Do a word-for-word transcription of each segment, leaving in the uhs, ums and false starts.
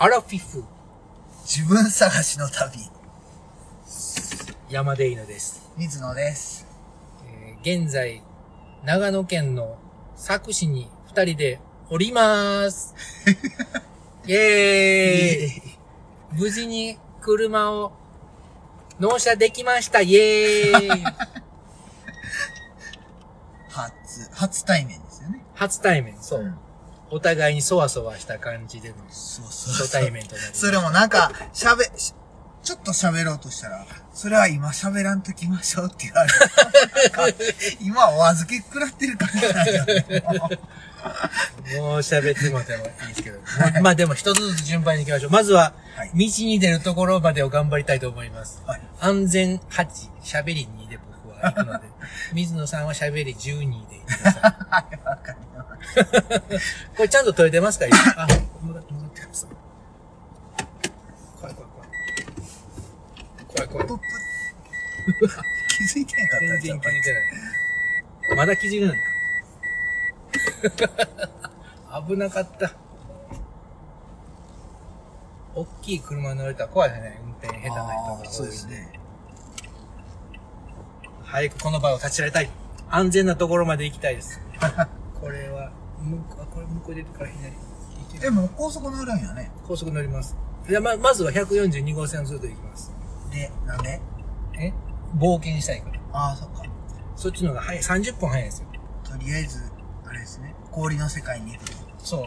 アラフィフ。 自分探しの旅。 山出犬です。 水野です。 えー、現在、長野県の佐久市に二人でおりまーす。イェーイ。無事に車を納車できました。イェーイ。 初、初対面ですよね。 初対面、そう。うん、お互いにそわそわした感じでのそうそう初対面となります。 それもなんか、喋、ちょっと喋ろうとしたら、それは今喋らんときましょうって言われて、今お預け食らってるからないよ。 もう喋ってもらってもいいですけど。まあでも一つずつ順番に行きましょう。まずは、道に出るところまでを頑張りたいと思います。はい、安全はち、喋りにで僕は行くので、水野さんは喋りじゅうにで行ってください。はい、わかります。これちゃんと取れてますか今。あ、戻ってください。怖い怖い怖い。怖い怖い。プップ気づいてんかった。全然気づいてない。まだ気づいてない。危なかった。大きい車乗れたら怖いよね。運転下手な人が。 そうですね。 早くこの場を立ち去りたい。安全なところまで行きたいです。これは、向こう、これ向こう出てから左。 でも高速乗るんやね。 高速乗ります。いや、ま、まずはひゃくよんじゅうに号線をずっと行きます。 で、なんでえ冒険したいから。 ああ、そっか。そっちの方が早い。さんじゅっぷん早いですよ。 とりあえず、あれですね。氷の世界に行くと。 そう。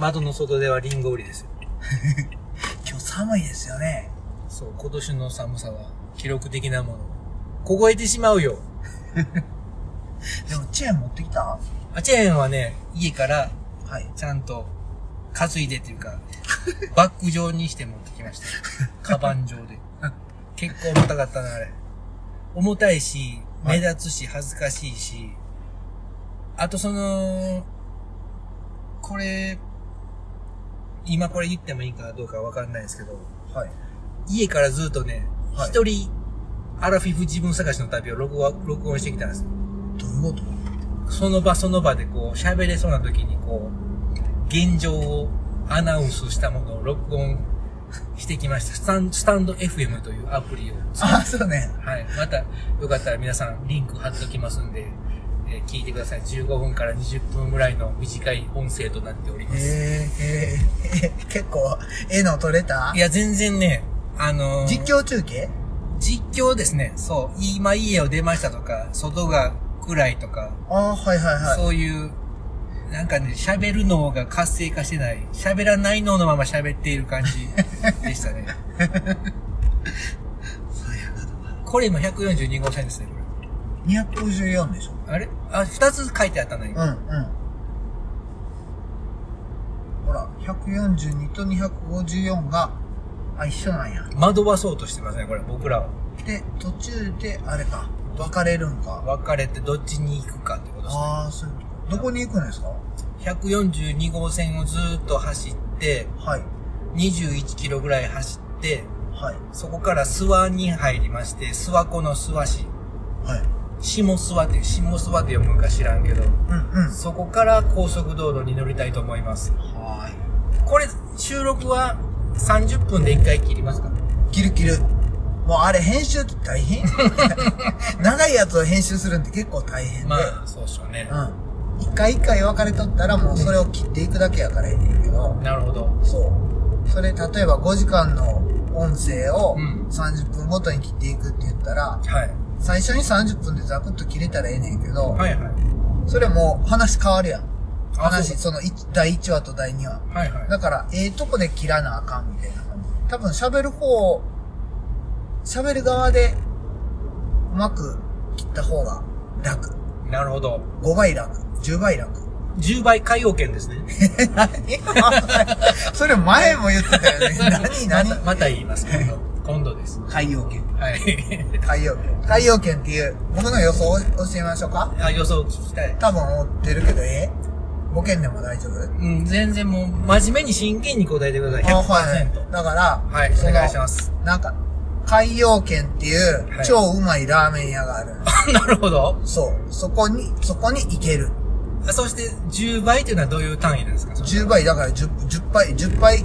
窓の外ではリンゴ売りですよ。 今日寒いですよね。 そう、今年の寒さは記録的なもの。凍えてしまうよ。 でもチェーン持ってきた？ あ、チェーンはね、家から、 はい。 ちゃんと、担いでっていうか、バッグ状にして持ってきました。カバン状で。結構重たかったな、あれ。重たいし、目立つし、恥ずかしいし、あとその、これ、今これ言ってもいいかどうかわかんないですけど、はい。家からずっとね、一、はい、人、アラフィフ自分探しの旅を録音、録音してきたんですよ。 どういうこと？ その場その場でこう、喋れそうな時にこう、現状をアナウンスしたものを録音してきました。スタン、スタンド エフエム というアプリを。 あ、そうね。 はい。また、よかったら皆さんリンク貼っときますんで、えー、聞いてください。じゅうごふんからにじゅっぷんぐらいの短い音声となっております。 へー、へー、えー、結構、絵の撮れた？ いや、全然ね、あのー、 実況中継？ 実況ですね。そう。今家を出ましたとか、外が暗いとか。 ああ、はいはいはい。 そういう、なんかね、喋る脳が活性化してない。喋らない脳のまま喋っている感じでしたね。そういうことこれ今ひゃくよんじゅうに号線ですね、これ。 にひゃくごじゅうよんでしょ？ あれあ、二つ書いてあったのに。 うん、うん。ほら、ひゃくよんじゅうにとにひゃくごじゅうよんが、あ、一緒なんや。 惑わそうとしてますね、これ、僕らは。 で、途中で、あれか、分かれるんか。 分かれてどっちに行くかってことですね。 ああ、そういうこと。どこに行くんですか？ ひゃくよんじゅうに号線をずーっと走って、はい。にじゅういちキロぐらい走って、はい。そこから諏訪に入りまして、諏訪湖の諏訪市。はい。下諏訪って、下諏訪って読むか知らんけど、うんうん。そこから高速道路に乗りたいと思います。はい。これ、収録はさんじゅっぷんでいっかい切りますか？ 切る切る。もうあれ編集って大変長いやつを編集するんって結構大変で。 まあ、そうっすよね。うん。 一回一回分かれとったらもうそれを切っていくだけやからいいねんけど。 なるほど。 そう。それ例えばごじかんの音声をさんじゅっぷんごとに切っていくって言ったら、はい。最初にさんじゅっぷんでザクッと切れたらええねんけど、はいはい。それもう話変わるやん。話、そのだいいちわとだいにわ。はいはい。だから、ええとこで切らなあかんみたいな感じ。多分喋る方、喋る側でうまく切った方が楽。 なるほど。 ごばい楽。じゅうばい楽。 じゅうばい海洋圏ですね。 何それ前も言ってたよね。何何また、また言います。今度。今度です。 海洋圏。 はい。 海洋圏。海洋圏っていう、僕の予想を教えましょうか？ あ、予想聞きたい。 多分追ってるけど、えボケんでも大丈夫？ うん、全然もう、真面目に真剣に答えてください。ひゃくパーセント。 はい。だから、 はい、お願いします。 なんか、海洋軒っていう超うまいラーメン屋がある。 なるほど。 そう。そこに、そこに行ける。 そして、じゅうばいっていうのはどういう単位なんですか？ じゅうばい、だからじゅう、じゅっぱい、じゅっぱい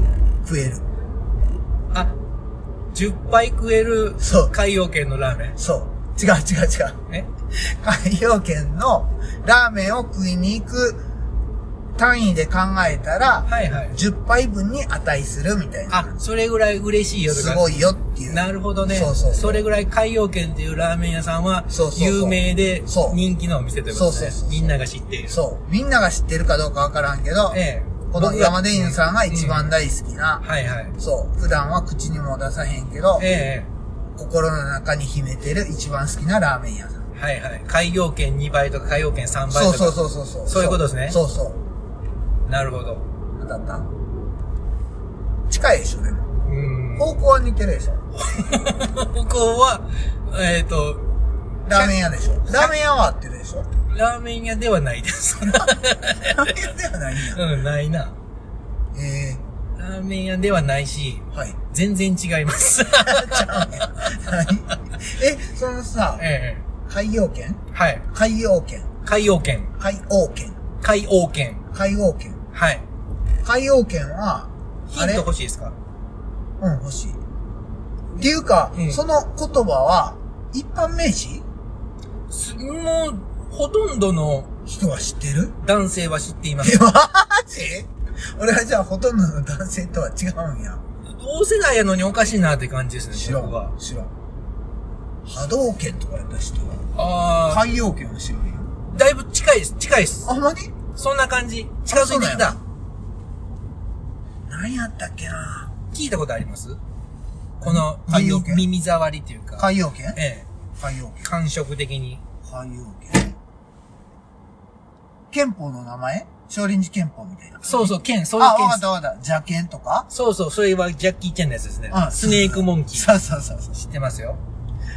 食える。 あ、じゅっぱい食える海洋圏のラーメン？ そう。違う違う違う。え海洋圏のラーメンを食いに行く単位で考えたら、はいはい、じゅっぱいぶんに値するみたいな。 あ、それぐらい嬉しいよとか。 すごいよっていう。 なるほどね。 そうそうそう。 それぐらい海洋圏っていうラーメン屋さんは、有名で人気のお店ということですね。そうそうそう。みんなが知っている。 そう。みんなが知ってるかどうかわからんけど、ええ、この山田犬さんが一番大好きな、うん、はいはい。そう。普段は口にも出さへんけど、ええ、心の中に秘めてる一番好きなラーメン屋さん。 はいはい。海洋圏にばいとか海洋圏さんばいとか。 そうそうそうそう。 そういうことですね。 そうそう。 なるほど。 当たった？近いでしょ、でも。うん。方向は似てるでしょ。 方向は、えっと、 ラーメン屋でしょ。ラーメン屋は合ってるでしょ。 ラーメン屋ではないです。 ラーメン屋ではないんや。 うん、ないな。ええー。ラーメン屋ではないし、はい。全然違います。ちゃうねん。 え、そのさ、ええ。海洋圏？はい。海洋圏。 海洋圏。 海洋圏。 海洋圏。 海洋圏。はい。海洋圏は、 ヒント欲しいですか？ うん、欲しい。っていうか、うん、その言葉は、一般名詞？ もう、ほとんどの人は知ってる？ 男性は知っています。 マジ？俺はじゃあほとんどの男性とは違うんや。 同世代やのにおかしいなって感じですね、 知らん。知らん。波動拳とかやった人は。ああ。海洋拳は知らんや。 だいぶ近いです。近いです。 あ、ほんまに？ そんな感じ。近づいてきた。 何やったっけな？ 聞いたことあります？この海洋圏。耳障りっていうか。 海洋圏？ ええ。 海洋圏。 感触的に。 海洋圏。憲法の名前？少林寺憲法みたいな。 そうそう、剣、そういう剣。 あ、わかったわかった。邪剣とか？ そうそう、それはジャッキー・チェンのやつですね。うん。スネークモンキー。 そうそうそうそう。 知ってますよ。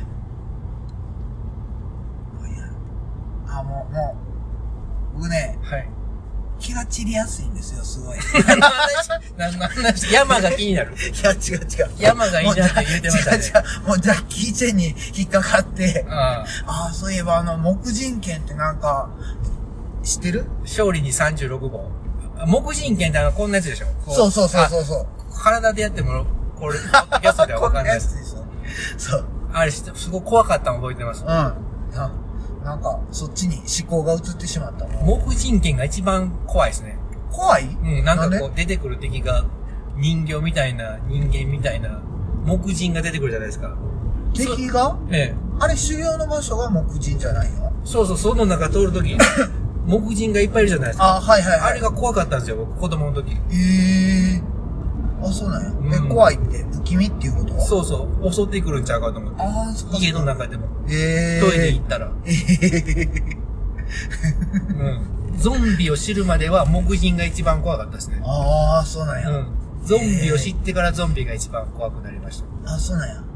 あ、もう、もう、僕ね。はい。気が散りやすいんですよ、すごい。 何の話？山が気になる？ いや、違う違う。 山がいいなって言ってましたね。違う違う。もうジャッキー・チェンに引っかかって、ああ、あそういえばあの、木人剣ってなんか、知ってる？ 勝利にさんじゅうろくぼん。木人剣ってあの、こんなやつでしょ？ そうそうそうそうそう。 体でやっても、これ、ポッドキャストではわかんないです。そう。あれ、すごい怖かったの覚えてます。うん。 なんか、そっちに思考が移ってしまったの。 木人剣が一番怖いですね。 怖い？ うん、なんかこう、出てくる敵が、人形みたいな、人間みたいな、木人が出てくるじゃないですか。 敵が？ええ。あれ、修行の場所が木人じゃないの？ そうそう、その中通るときに、木人がいっぱいいるじゃないですか。 あ、はいはいはい。 あれが怖かったんですよ、僕、子供の時。へえ。あ、そうなんや。うん、え、怖いって不気味っていうこと？ そうそう。襲ってくるんちゃうかと思って。ああ、そうか。家の中でも。ええー。トイレ行ったら。ええー。うん。ゾンビを知るまでは木人が一番怖かったですね。 ああ、そうなんや。うん。 ゾンビを知ってからゾンビが一番怖くなりました。 ああ、そうなんや。うん。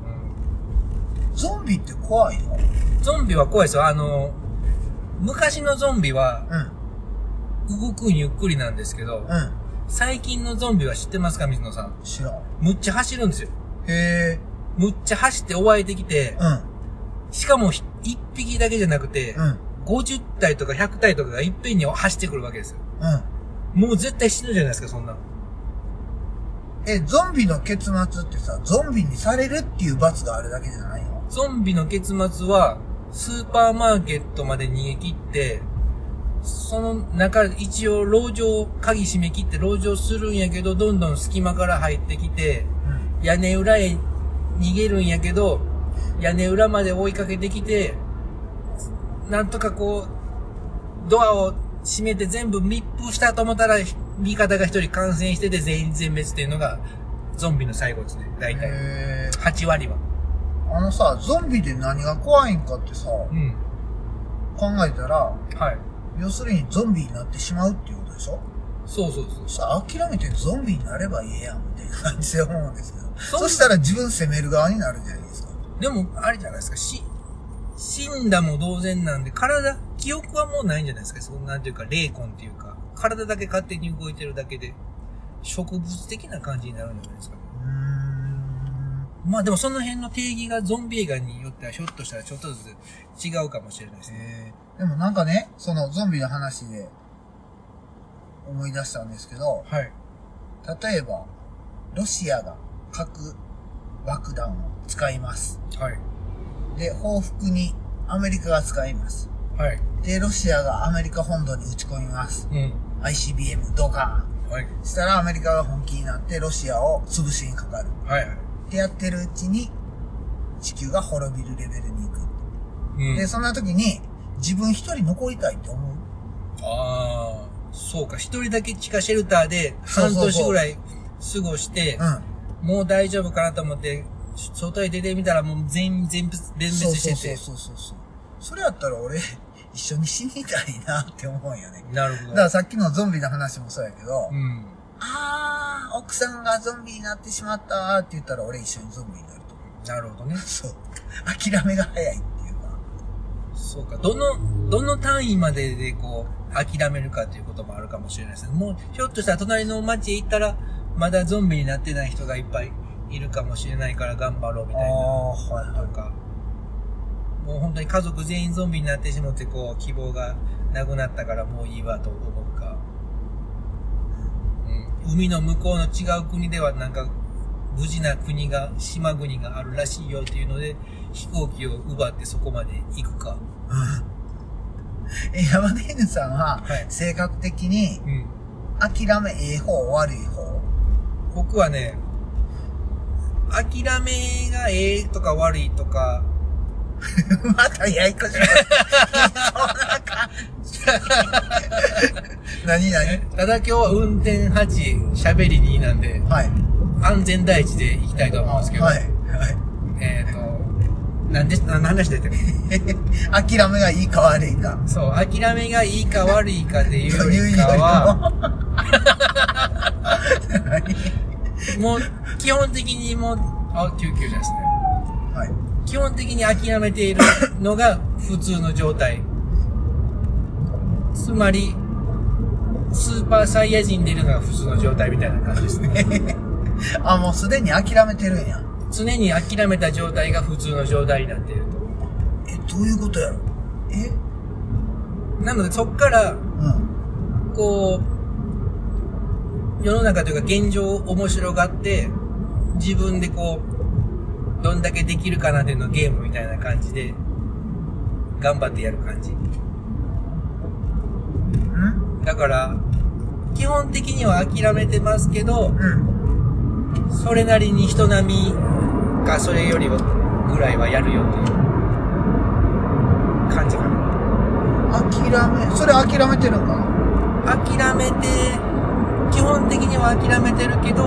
ゾンビって怖いの？ ゾンビは怖いですよ。あの、昔のゾンビは、うん。動くんゆっくりなんですけど、うん。最近のゾンビは知ってますか、水野さん。 知らん。 むっちゃ走るんですよ。 へー。むっちゃ走って追われてきて、うん。しかも一匹だけじゃなくて、うん。ごじゅったいとかひゃくたいとかがいっぺんに走ってくるわけですよ。うん。もう絶対死ぬじゃないですか、そんな。 え、ゾンビの結末ってさ、ゾンビにされるっていう罰があるだけじゃないの？ ゾンビの結末は、スーパーマーケットまで逃げ切って、その中、一応、籠城、鍵閉め切って籠城するんやけど、どんどん隙間から入ってきて、うん、屋根裏へ逃げるんやけど、屋根裏まで追いかけてきて、なんとかこう、ドアを閉めて全部密封したと思ったら、味方が一人感染してて全員全滅っていうのが、ゾンビの最後ですね、大体。はちわりは。 あのさ、ゾンビで何が怖いんかってさ、うん、考えたら、はい。要するにゾンビになってしまうっていうことでしょ？ そうそうそう。 さあ、諦めてゾンビになればいいやん、みたいな感じで思うんですけど。そしたら自分責める側になるじゃないですか。 でも、あれじゃないですか、し、死んだも同然なんで、体、記憶はもうないんじゃないですか。そんなんていうか、霊魂っていうか、体だけ勝手に動いてるだけで、植物的な感じになるんじゃないですかね。うーん。まあでもその辺の定義がゾンビ映画によってはひょっとしたらちょっとずつ違うかもしれないですね。 でもなんかね、そのゾンビの話で思い出したんですけど、はい。例えば、 ロシアが核爆弾を使います。はい。で、報復にアメリカが使います。はい。で、ロシアがアメリカ本土に撃ち込みます。うん。アイシービーエム ドカーン。はい。したらアメリカが本気になってロシアを潰しにかかる。はいはい。ってやってるうちに地球が滅びるレベルに行く。うん。で、そんな時に自分一人残りたいって思う？ ああ、そうか。一人だけ地下シェルターで半年ぐらい過ごして、うん。もう大丈夫かなと思って、外へ出てみたらもう全、全部、全滅してて。 そうそうそうそう。それやったら俺、一緒に死にたいなって思うんよね。 なるほど。 だからさっきのゾンビの話もそうやけど、うん。あー、奥さんがゾンビになってしまったって言ったら俺一緒にゾンビになると思う。なるほどね。 そう。諦めが早いっていうか。 そうか。どの、どの単位まででこう、諦めるかということもあるかもしれないですね。もう、ひょっとしたら隣の街へ行ったら、まだゾンビになってない人がいっぱいいるかもしれないから頑張ろうみたいな。ああ、はいはい。とか。もう本当に家族全員ゾンビになってしまって、こう、希望がなくなったからもういいわと思うか。うん。海の向こうの違う国ではなんか、無事な国が、島国があるらしいよっていうので、飛行機を奪ってそこまで行くか。 うん。え、山根犬さんは、性格的に、うん、諦めええ方、悪い方？ 僕はね、諦めがええとか悪いとか、 またやいこしい。何何ただ今日は運転はち、喋りになんで、はい、安全第一で行きたいと思うんですけど、はいはい、えっ、ー、と、なんで、何の話で言ってる諦めがいいか悪いか。 そう、諦めがいいか悪いかでいうよりかは、もう、基本的にもう、あ、救急ですね。はい。基本的に諦めているのが普通の状態。つまり、スーパーサイヤ人でいるのが普通の状態みたいな感じですね。 あ、もうすでに諦めてるんや。 常に諦めた状態が普通の状態になっていると。 え、どういうことやろ？え？ なのでそっから、うん、こう、世の中というか現状を面白がって、自分でこう、どんだけできるかなっていうのゲームみたいな感じで、頑張ってやる感じ。ん？だから、基本的には諦めてますけど、うん、それなりに人並みかそれよりぐらいはやるよっていう感じかな。 諦め、それ諦めてるのかな？諦めて、基本的には諦めてるけど、うん、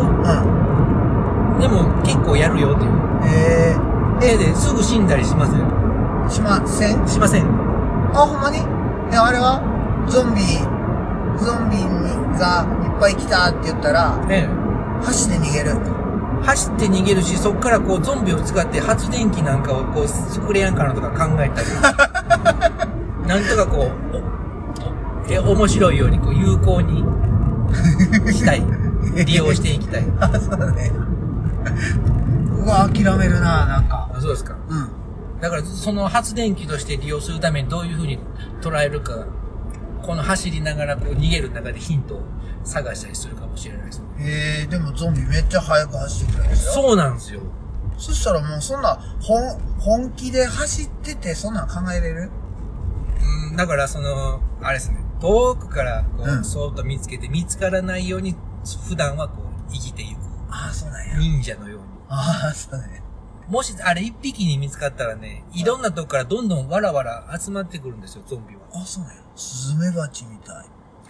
でも結構やるよっていう。えー、えー、で、すぐ死んだりしません？ しません？ しません。 あ、ほんまに？え、あれはゾンビ、ゾンビがいっぱい来たって言ったら、ええ、走って逃げる。 走って逃げるし、そっからこうゾンビを使って発電機なんかをこう作れやんかなとか考えたり、なんとかこう、え、面白いようにこう有効にしたい。利用していきたい。 あ、そうね。うわ、諦めるな、なんか。 あ、そうですか。うん。だから、その発電機として利用するためにどういう風に捉えるか、この走りながらこう逃げる中でヒントを探したりするかもしれないですね。 へえ、でもゾンビめっちゃ速く走ってくるんですよ。 そうなんですよ。 そしたらもうそんな、本、本気で走っててそんなん考えれる？ うん、だからその、あれですね、遠くからこう、うん、そーっと見つけて見つからないように、普段はこう、生きていく。 ああ、そうなんや。 忍者のように。 ああ、そうね。 もし、あれ一匹に見つかったらね、いろんなとこからどんどんわらわら集まってくるんですよ、ゾンビは。 あ、そうなんや。スズメバチみたい。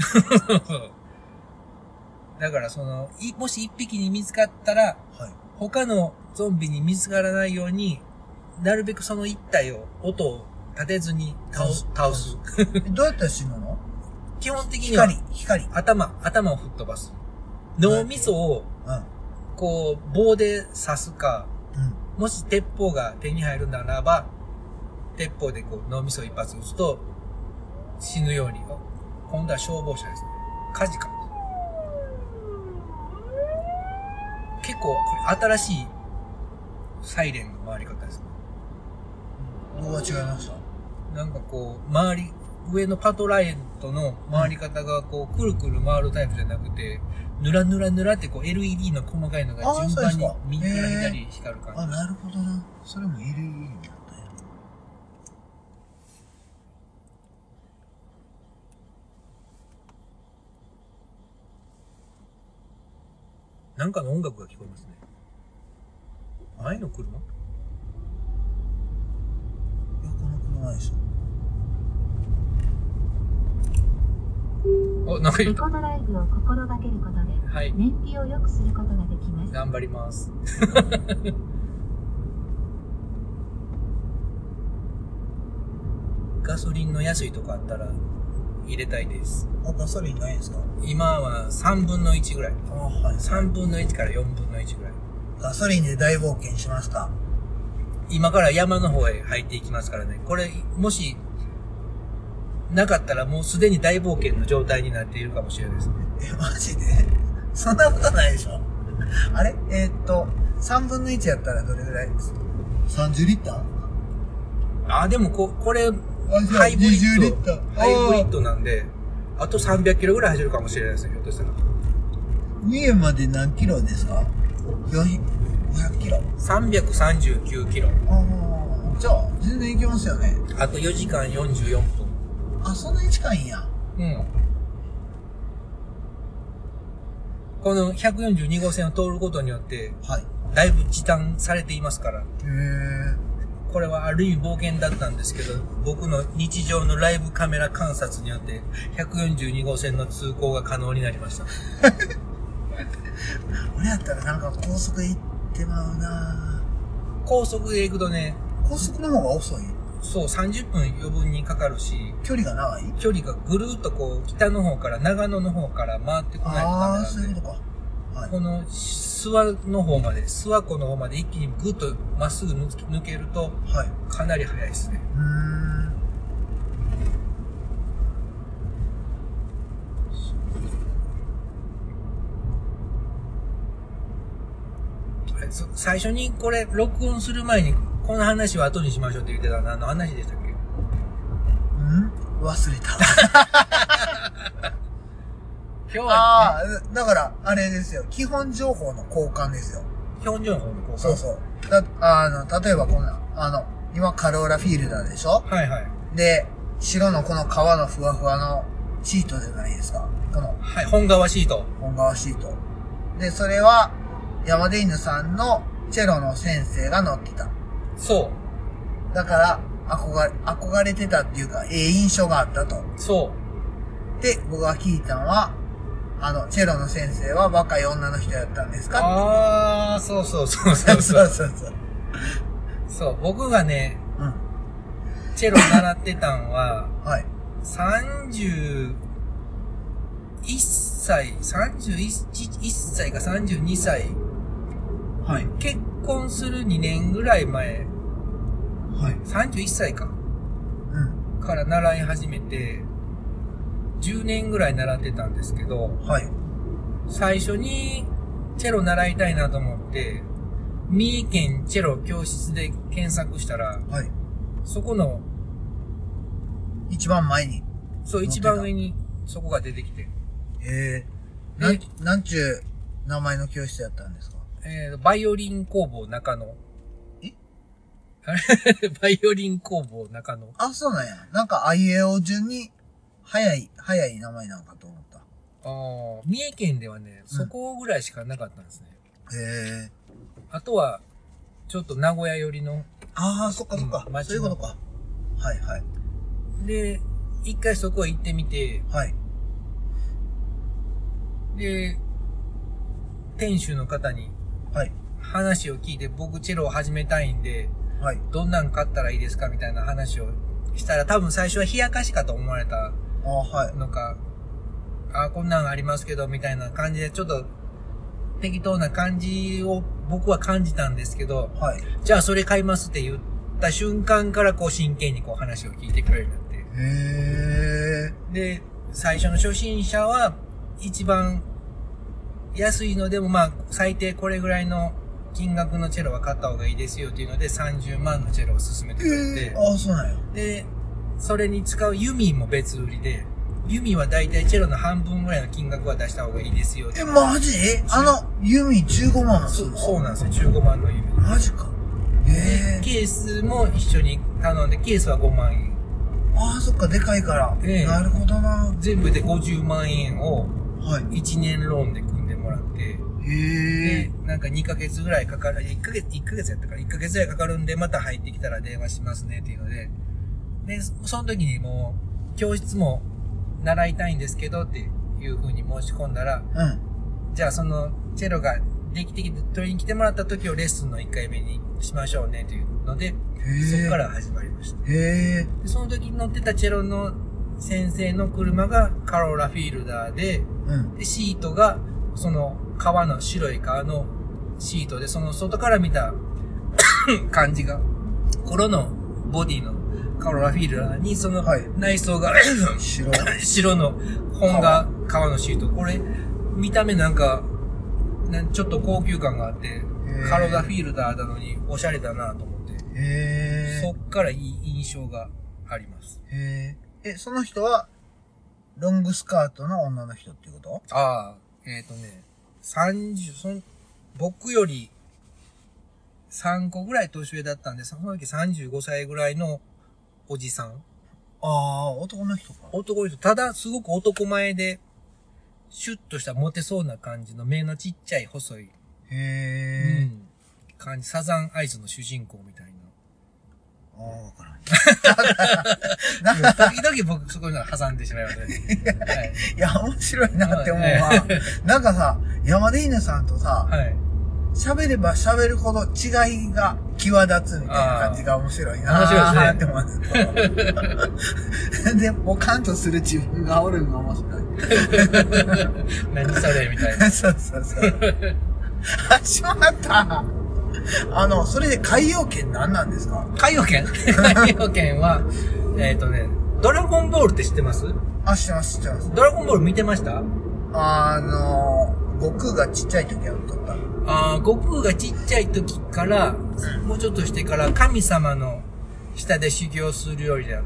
だからその、い、もし一匹に見つかったら、はい、他のゾンビに見つからないように、なるべくその一体を、音を立てずに倒す。倒す。 どうやったら死ぬの？ 基本的には、 光、光。 頭、頭を吹っ飛ばす。脳みそを、うん、こう、棒で刺すか、うん、もし鉄砲が手に入るならば、鉄砲でこう脳みそ一発撃つと死ぬように。今度は消防車ですね。火事か。結構これ新しいサイレンの回り方ですね。 どうが違いました？ なんかこう、周り、 上のパトライトの回り方がこう、くるくる回るタイプじゃなくて、ぬらぬらぬらってこう エルイーディー の細かいのが順番に右から左光る感じ。 あ、なるほどな。それも エルイーディー になったんや。 なんかの音楽が聞こえますね。前の車？いや、この車でしょ。あ、なんか言った。 エコドライブを心がけることで、はい、燃費を良くすることができます。 頑張ります。ガソリンの安いとこあったら入れたいです。 あ、ガソリンないですか？ 今はさんぶんのいちぐらい。 あ、はい。 さんぶんのいちからよんぶんのいちぐらい。 ガソリンで大冒険しますか？ 今から山の方へ入っていきますからね。これ、もし、なかったらもうすでに大冒険の状態になっているかもしれないですね。 え、マジで？そんなことないでしょ？あれえー、っと、さんぶんのいちやったらどれぐらいです？さんじゅうリッター？ あ、でもこ、これ、ハイブリッド。にじゅうリッター。ハイブリッドなんで、あとさんびゃくキロぐらい走るかもしれないですね、ひょっとしたら。 家まで何キロですか？よんひゃくキロ。 さんびゃくさんじゅうきゅうキロ。 ああ、じゃあ、全然行けますよね。 あとよじかんよんじゅうよんぷん。 あ、そんなに近いんや。 うん。このひゃくよんじゅうにごうせんを通ることによって、はい。だいぶ時短されていますから。へー。 これはある意味冒険だったんですけど、僕の日常のライブカメラ観察によって、ひゃくよんじゅうにごうせんの通行が可能になりました。 俺やったらなんか高速行ってまうなぁ。 高速で行くとね、 高速の方が遅い？ そう、さんじゅっぷん余分にかかるし、 距離が長い？ 距離がぐるーっとこう、北の方から長野の方から回ってこないとダメなんで。 ああ、そういうことか。はい、 この、諏訪の方まで、諏訪湖の方まで一気にぐっとまっすぐ抜けると、はい、かなり速いですね。うーん。最初にこれ、録音する前に、この話は後にしましょうって言ってたのは何の話でしたっけ？ ん？忘れた。 今日は、ね、 ああ、だから、あれですよ。基本情報の交換ですよ。 基本情報の交換？ そうそう。だ、あの、例えばこんな、あの、今カローラフィールダーでしょ？ はいはい。 で、白のこの皮のふわふわのシートじゃないですか。この。 はい、本革シート。 本革シート。で、それは、山出犬さんのチェロの先生が乗ってた。 そう。 だから、憧れ、憧れてたっていうか、ええ印象があったと。 そう。 で、僕が聞いたのは、あの、チェロの先生は若い女の人やったんですか？ ああ、そうそうそうそうそう。 そうそうそう。 そう、僕がね、うん、チェロ習ってたんは、はい。さんじゅういっさい、さんじゅういっさいかさんじゅうにさい。はい。結婚するにねんぐらい前。はい。さんじゅういっさいか。うん。から習い始めて、じゅうねんぐらい習ってたんですけど、はい。最初にチェロ習いたいなと思って、三重県チェロ教室で検索したら、はい。そこの、 一番前に。 そう、一番上にそこが出てきて。へえ。なん、なんちゅう名前の教室やったんですか？ えー、バイオリン工房中野。えあれバイオリン工房中野。 あ、そうなんや。なんか、あいうえお順に、早い、早い名前なのかと思った。 ああ、三重県ではね、うん、そこぐらいしかなかったんですね。へえ。あとは、ちょっと名古屋寄りの。 ああ、そっかそっか。うん、そういうことか。はいはい。 で、一回そこへ行ってみて、はい。で、店主の方に、はい。話を聞いて、僕チェロを始めたいんで、はい。どんなん買ったらいいですかみたいな話をしたら、多分最初は冷やかしかと思われたのか、あ、はい、あ、こんなんありますけど、みたいな感じで、ちょっと適当な感じを僕は感じたんですけど、はい。じゃあそれ買いますって言った瞬間から、こう真剣にこう話を聞いてくれるようになって。へー。で、最初の初心者は、一番安いのでもまあ最低これぐらいの金額のチェロは買った方がいいですよっていうのでさんじゅうまんのチェロを勧めてくれて、 えー、ああそうなんや。 でそれに使う弓も別売りで、弓はだいたいチェロの半分ぐらいの金額は出した方がいいですよ。 え、マジ？あの、弓じゅうごまんなんですか？そうなんですよ、じゅうごまんの弓。 マジか。へえ。ケースも一緒に頼んで、ケースはごまんえん。 ああ、そっか、でかいから。ええ。なるほどな。 全部でごじゅうまんえんを、はい。いちねんローンで組んでもらって、へえ。なんかにかげつぐらいかかる、いっかげつ、いっかげつやったから、いっかげつぐらいかかるんで、また入ってきたら電話しますねっていうので、で、その時にもう、教室も習いたいんですけどっていう風に申し込んだら、うん。じゃあその、チェロができてきて、取りに来てもらった時をレッスンのいっかいめにしましょうねというので、そこから始まりました。へー。その時に乗ってたチェロの先生の車がカローラフィールダーで、うん、でシートがその革の白い革のシートで、その外から見た感じが黒のボディのカローラフィールダーにその内装が、はい、白, 白の本が革のシート。これ見た目なんかちょっと高級感があってカローラフィールダーなのにおしゃれだなと思って。へー。そっからいい印象があります。 へー。え、その人は、ロングスカートの女の人っていうこと？ ああ、えっとね、さんじゅう、そん、僕よりさんこぐらい年上だったんで、その時さんじゅうごさいぐらいのおじさん。 ああ、男の人か。 男の人。ただ、すごく男前で、シュッとしたモテそうな感じの目のちっちゃい細い。へー。うん。感じ、サザンアイズの主人公みたいな。 ああ、わからん。 時々僕そこに挟んでしまいますね。 はい、いや、面白いなって思うわ。なんかさ、山田犬さんとさ、喋、はい、れば喋るほど違いが際立つみたいな感じが面白いな。面白いですね。って思う。で、ポカンとする自分がおるのが面白い。 何それみたいな。 そうそうそう。あ、しまった。あの、それで海洋圏何なんですか？ 海洋圏海洋圏は、えっとね、ドラゴンボールって知ってます？ あ、知ってます、知ってます。 ドラゴンボール見てました？ あの、悟空がちっちゃい時は撮った。 ああ、悟空がちっちゃい時から、うん、もうちょっとしてから神様の下で修行するようになって、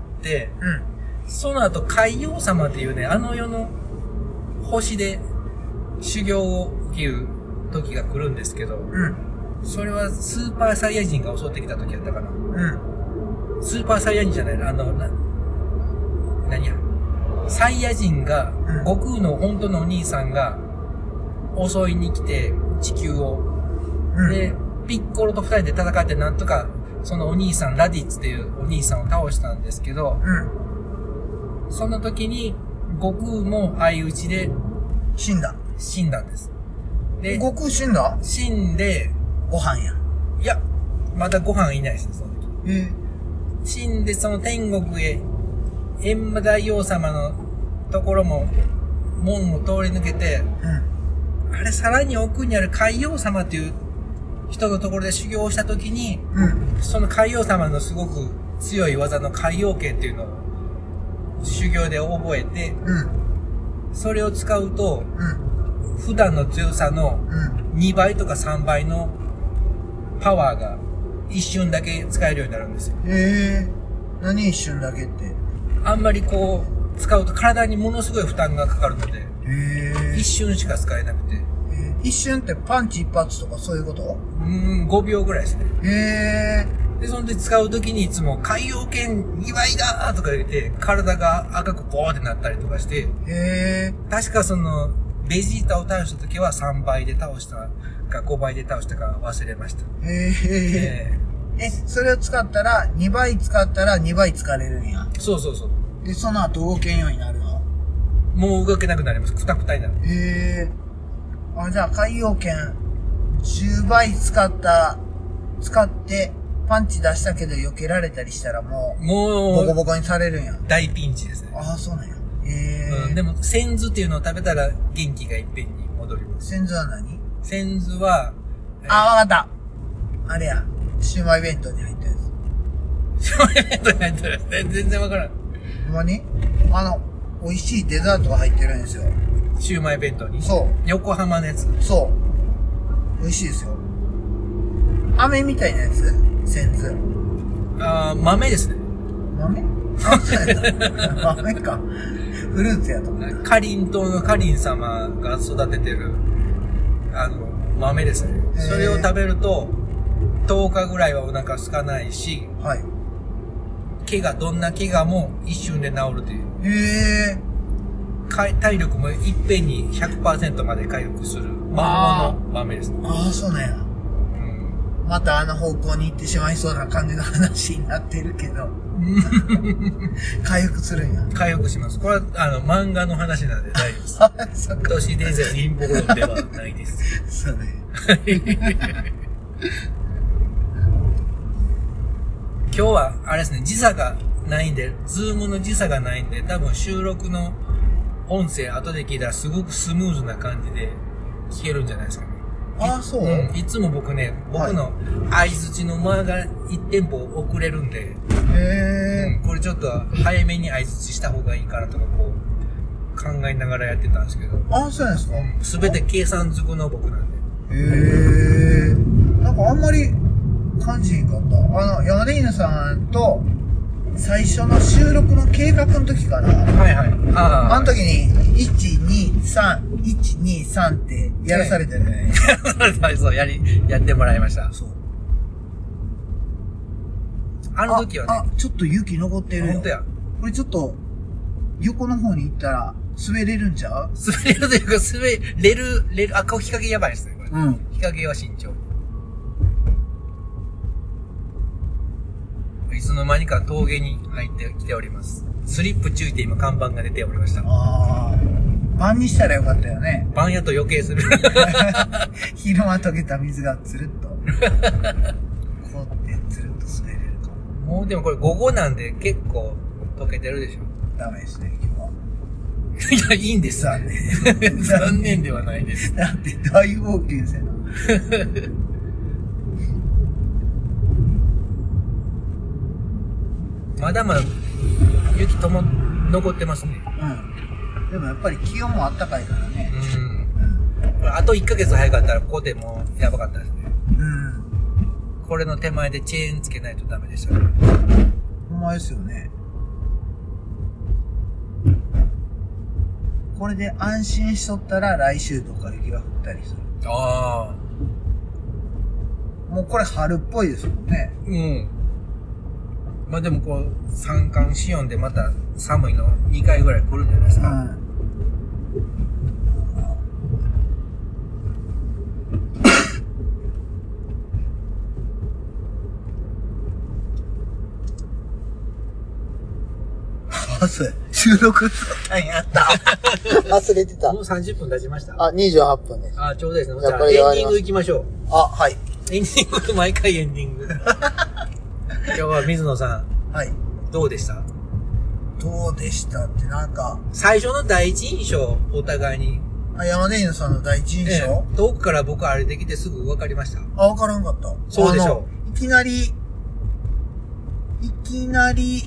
うん、その後海王様っていうね、あの世の星で修行を受ける時が来るんですけど、うんそれはスーパーサイヤ人が襲ってきた時やったかな。うん。スーパーサイヤ人じゃないな。あの、な、何や。サイヤ人が、うん、悟空の本当のお兄さんが襲いに来て、地球を。うん、で、ピッコロと二人で戦ってなんとか、そのお兄さん、ラディッツっていうお兄さんを倒したんですけど、うん、その時に、悟空も相打ちで、 死んだ。 死んだんです。 で、悟空死んだ？ 死んで、 ご飯や。 いや、まだご飯いないですね、その時。えー、死んで、その天国へ、閻魔大王様のところも、門を通り抜けて、うん、あれ、さらに奥にある海王様っていう人のところで修行をした時に、うん、その海王様のすごく強い技の海王剣っていうのを、修行で覚えて、うん、それを使うと、うん、普段の強さのにばいとかさんばいのパワーが一瞬だけ使えるようになるんですよ。 へー。何一瞬だけって？ あんまりこう、使うと体にものすごい負担がかかるので、へー。一瞬しか使えなくて。へー。一瞬ってパンチ一発とかそういうこと？ うーん、ごびょうぐらいですね。 へー。で、そんで使うときにいつも海洋剣にばいだーとか言って、体が赤くボーってなったりとかして、へー。確かその、ベジータを倒したときはさんばいで倒したかごばいで倒したか忘れました。へー。え、それを使ったら、にばい使ったらにばい使れるんや。 そうそうそう。 で、その後動けんようになるの？ もう動けなくなります。くたくたになる。 へー。あ、じゃあ海洋剣じゅうばい使った、使ってパンチ出したけど避けられたりしたらもう、もう、ボコボコにされるんや。 大ピンチですね。 ああ、そうなんや。へー。 うん、でも、仙豆っていうのを食べたら元気がいっぺんに戻ります。 仙豆は何？ 仙豆は、 えー、あ、わかった。あれや。シウマイ弁当に入ったやつ。シウマイ弁当に入ったやつ。全然わからん。 ほんまに？あの、美味しいデザートが入ってるんですよ。 シウマイ弁当に？ そう。 横浜のやつ？ そう。美味しいですよ。飴みたいなやつ？仙豆。 あー、豆ですね。 豆？ あ、そうやな。豆か。フルーツやと。 かりんとうのかりん様が育ててる、あの、豆ですね。それを食べると、とおかぐらいはお腹空かないし、はい。怪我、どんな怪我も一瞬で治るという。へー。体力もいっぺんに ひゃくパーセント まで回復する魔物の豆ですね。 ああ、そうなんや。うん。またあの方向に行ってしまいそうな感じの話になってるけど。回復するんや。 回復します。これは、あの、漫画の話なんで大丈夫です。そっか。都市伝説陰謀論ではないです。 そうね。 今日は、あれですね、時差がないんで、ズームの時差がないんで、多分収録の音声後で聞いたらすごくスムーズな感じで聞けるんじゃないですかね。 ああ、そう、 うん、いつも僕ね、僕の相槌の間がいちテンポ遅れるんで、へー、うん、これちょっと早めに相槌した方がいいかなとかこう考えながらやってたんですけど。 ああ、そうなんですか。 すべて計算づくの僕なんで。 へー。なんかあんまり感じへんかった。あの、山田犬さんと、最初の収録の計画の時かな。はいはい。ああ。あの時に、いち、に、さん、いち、に、さんってやらされてるね。 そうそう、やり、やってもらいました。そう。あの時はね。 あ、あちょっと雪残ってるよ。 ほんとや。 これちょっと、横の方に行ったら、滑れるんちゃう？ 滑れるというか、滑れる、れる、あ、こう日陰やばいですね、これ。うん。日陰は慎重。いつの間にか峠に入ってきております。スリップ注意って今看板が出ておりました。ああ。晩にしたらよかったよね。 晩やと余計する。 昼間溶けた水がつるっと。こうってつるっと滑れるかも。もうでもこれ午後なんで結構溶けてるでしょ。 ダメですね、今日いは。 や、いいんです。残念。残念ではないです。 だって大冒険せな。 まだまだ雪とも残ってますね。 うん。でもやっぱり気温もあったかいからね。 うん。あといっかげつ早かったらここでもうやばかったですね。 うん。 これの手前でチェーンつけないとダメでしたね。 ほんまですよね。これで安心しとったら来週とか雪が降ったりする。ああ。もうこれ春っぽいですもんね。 うん。まあでもこう、三寒四温でまた寒いのにかいぐらい来るんじゃないですか。うん。 あ、そうや。収録だったんやった。忘れてた。 もうさんじゅっぷん経ちました。 あ、にじゅうはっぷんです。 あ、ちょうどですね。じゃあ、エンディング行きましょう。 あ、はい。 エンディング、毎回エンディング。今日は水野さん。はい。どうでした？ どうでしたってなんか。 最初の第一印象、お互いに。 あ、山根犬さんの第一印象、ええ、遠くから僕歩いてきてすぐ分かりました。 あ、分からんかった。 そうでしょう。いきなり、いきなり、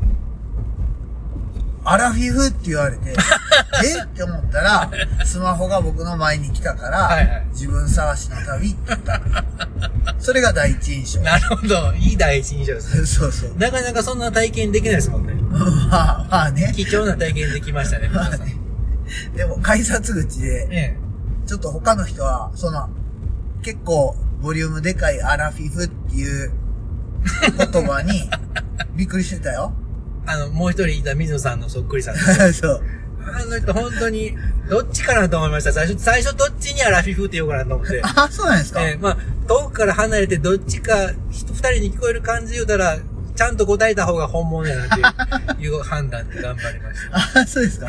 アラフィフって言われて、えって思ったら、スマホが僕の前に来たから、はいはい、自分探しの旅って言った。それが第一印象。 なるほど。いい第一印象ですね。 そうそう。 なかなかそんな体験できないですもんね。 まあ、まあね。 貴重な体験できましたね、まあね。 でも、改札口で、ええ、ちょっと他の人は、その、結構、ボリュームでかいアラフィフっていう言葉に、びっくりしてたよ。 あの、もう一人いた水野さんのそっくりさん。 そう。 あの人本当に、どっちかなと思いました。最初、最初どっちにアラフィフって言おうかなと思って。 あ、そうなんですか？ えー、まあ、遠くから離れてどっちか、二人に聞こえる感じ言うたら、ちゃんと答えた方が本物やなっていう判断で頑張りました。 あ、そうですか。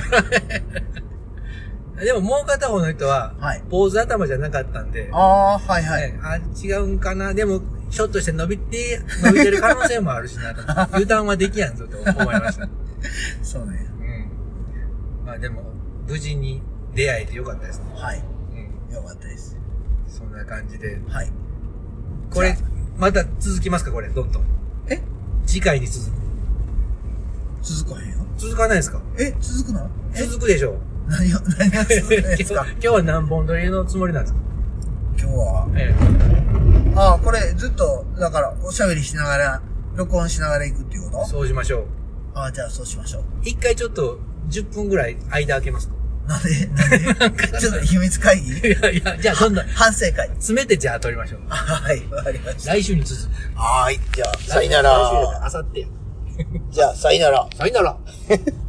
でももう片方の人は、はい、坊主頭じゃなかったんで。 ああ、はいはい。 ね、あ、違うんかな。でも、ひょっとして伸びて、伸びてる可能性もあるしなと。油断はできやんぞと思いました。 そうね。 うん。まあでも、無事に出会えてよかったですね。 はい。うん。よかったです。 そんな感じで。 はい。 これ、また続きますかこれ、どんどん。 え？ 次回に続く。 続かへんよ。 続かないですか？ え？続くの？ 続くでしょう。 何を、何が続くんですか？ 今日は何本撮りのつもりなんですか？ 今日は。ええ。ああ、これずっと、だから、おしゃべりしながら、録音しながら行くっていうこと？ そうしましょう。 ああ、じゃあそうしましょう。 一回ちょっとじゅっぷんぐらい間開けますか？ なんでなんでなんかちょっと秘密会議いやいや、じゃあどんどん。 反省会。 詰めてじゃあ撮りましょう。 はい、わかりました。 来週に続く。 はい、じゃあ、さよなら。 来週だから、あさってや。 じゃあ、さよなら。 さよなら。